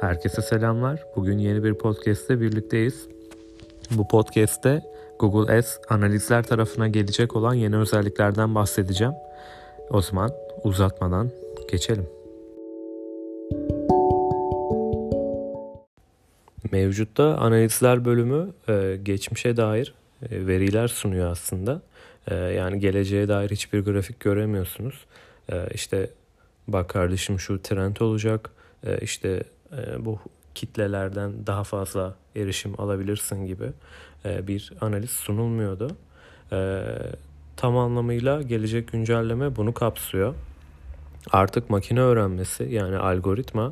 Herkese selamlar. Bugün yeni bir podcast'te birlikteyiz. Bu podcast'te Google Ads analizler tarafına gelecek olan yeni özelliklerden bahsedeceğim. O zaman uzatmadan geçelim. Mevcutta analizler bölümü geçmişe dair veriler sunuyor aslında. Yani geleceğe dair hiçbir grafik göremiyorsunuz. İşte bak kardeşim şu trend olacak. Bu kitlelerden daha fazla erişim alabilirsin gibi bir analiz sunulmuyordu. Tam anlamıyla gelecek güncelleme bunu kapsıyor. Artık makine öğrenmesi yani algoritma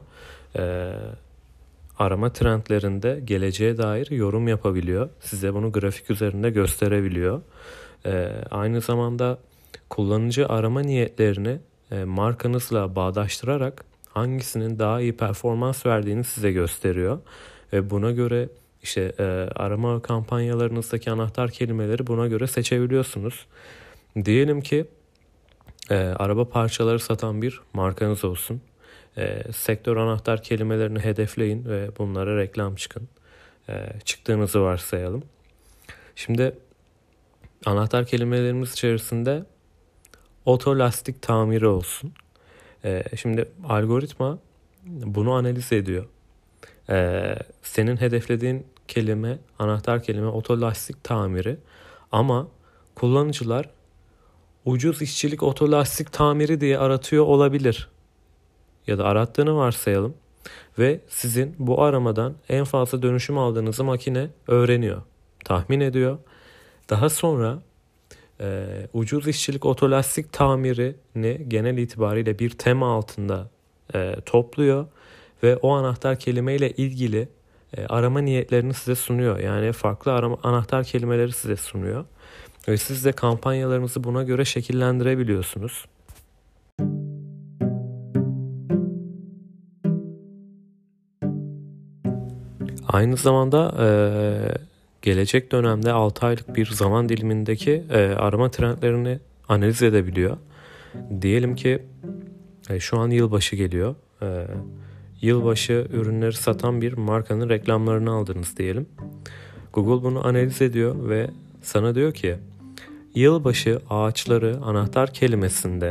arama trendlerinde geleceğe dair yorum yapabiliyor. Size bunu grafik üzerinde gösterebiliyor. Aynı zamanda kullanıcı arama niyetlerini markanızla bağdaştırarak hangisinin daha iyi performans verdiğini size gösteriyor. Ve buna göre arama kampanyalarınızdaki anahtar kelimeleri buna göre seçebiliyorsunuz. Diyelim ki araba parçaları satan bir markanız olsun. Sektör anahtar kelimelerini hedefleyin ve bunlara reklam çıkın. Çıktığınızı varsayalım. Şimdi anahtar kelimelerimiz içerisinde otolastik tamiri olsun. Şimdi algoritma bunu analiz ediyor. Senin hedeflediğin kelime, anahtar kelime otolastik tamiri. Ama kullanıcılar ucuz işçilik otolastik tamiri diye aratıyor olabilir. Ya da arattığını varsayalım. Ve sizin bu aramadan en fazla dönüşüm aldığınızı makine öğreniyor. Tahmin ediyor. Daha sonra ucuz işçilik otolastik tamirini genel itibariyle bir tema altında topluyor. Ve o anahtar kelimeyle ilgili arama niyetlerini size sunuyor. Yani farklı anahtar kelimeleri size sunuyor. Ve siz de kampanyalarınızı buna göre şekillendirebiliyorsunuz. Aynı zamanda gelecek dönemde 6 aylık bir zaman dilimindeki arama trendlerini analiz edebiliyor. Diyelim ki şu an yılbaşı geliyor. Yılbaşı ürünleri satan bir markanın reklamlarını aldınız diyelim. Google bunu analiz ediyor ve sana diyor ki yılbaşı ağaçları anahtar kelimesinde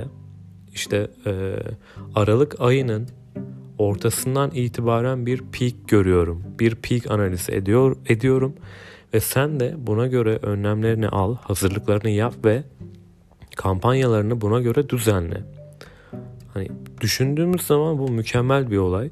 Aralık ayının ortasından itibaren bir peak görüyorum. Bir peak analizi ediyorum ve sen de buna göre önlemlerini al, hazırlıklarını yap ve kampanyalarını buna göre düzenle. Hani düşündüğümüz zaman bu mükemmel bir olay.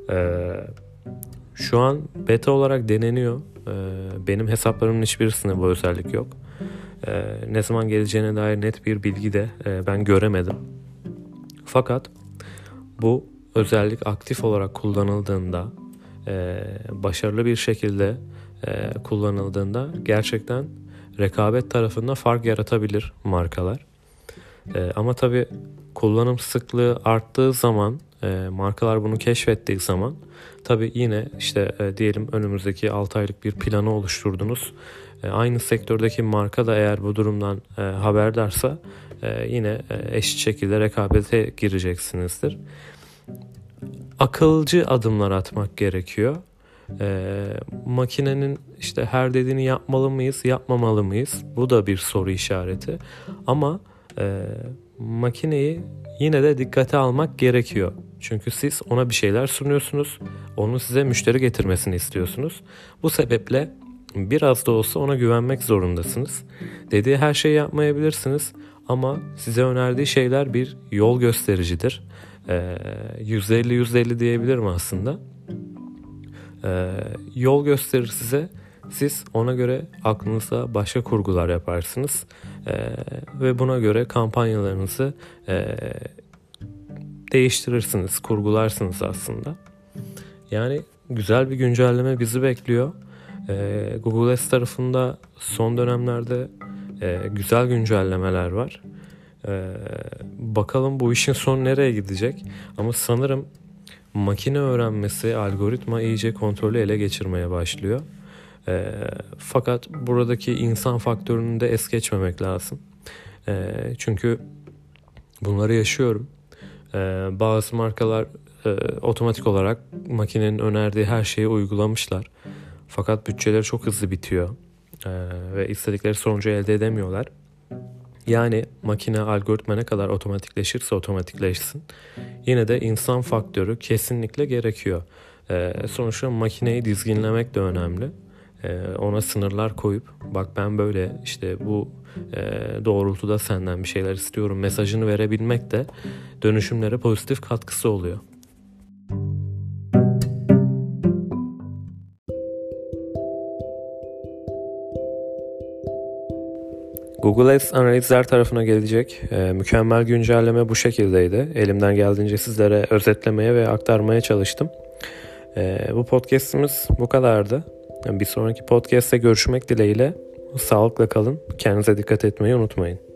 Şu an beta olarak deneniyor. Benim hesaplarımın hiçbirisinde bu özellik yok. Ne zaman geleceğine dair net bir bilgi de ben göremedim. Fakat bu özellik aktif olarak kullanıldığında, başarılı bir şekilde kullanıldığında gerçekten rekabet tarafında fark yaratabilir markalar. Ama tabii kullanım sıklığı arttığı zaman, markalar bunu keşfettiği zaman tabii yine diyelim önümüzdeki 6 aylık bir planı oluşturdunuz. Aynı sektördeki marka da eğer bu durumdan haberdarsa yine eşit şekilde rekabete gireceksinizdir. Akılcı adımlar atmak gerekiyor. Makinenin her dediğini yapmalı mıyız, yapmamalı mıyız? Bu da bir soru işareti. Ama makineyi yine de dikkate almak gerekiyor. Çünkü siz ona bir şeyler sunuyorsunuz. Onun size müşteri getirmesini istiyorsunuz. Bu sebeple biraz da olsa ona güvenmek zorundasınız. Dediği her şeyi yapmayabilirsiniz. Ama size önerdiği şeyler bir yol göstericidir. %50 diyebilirim aslında. Yol gösterir size. Siz ona göre aklınızda başka kurgular yaparsınız. Ve buna göre kampanyalarınızı değiştirirsiniz, kurgularsınız aslında. Yani güzel bir güncelleme bizi bekliyor. Google Ads tarafında son dönemlerde güzel güncellemeler var. Bakalım bu işin sonu nereye gidecek? Ama sanırım makine öğrenmesi, algoritma iyice kontrolü ele geçirmeye başlıyor. Fakat buradaki insan faktörünü de es geçmemek lazım. Çünkü bunları yaşıyorum. Bazı markalar otomatik olarak makinenin önerdiği her şeyi uygulamışlar. Fakat bütçeleri çok hızlı bitiyor ve istedikleri sonucu elde edemiyorlar. Yani makine algoritma ne kadar otomatikleşirse otomatikleşsin, yine de insan faktörü kesinlikle gerekiyor. Sonuçta makineyi dizginlemek de önemli. Ona sınırlar koyup bak ben böyle işte bu doğrultuda senden bir şeyler istiyorum mesajını verebilmek de dönüşümlere pozitif katkısı oluyor. Google Ads analizler tarafına gelecek. Mükemmel güncelleme bu şekildeydi. Elimden geldiğince sizlere özetlemeye ve aktarmaya çalıştım. Bu podcast'imiz bu kadardı. Bir sonraki podcast'te görüşmek dileğiyle. Sağlıkla kalın. Kendinize dikkat etmeyi unutmayın.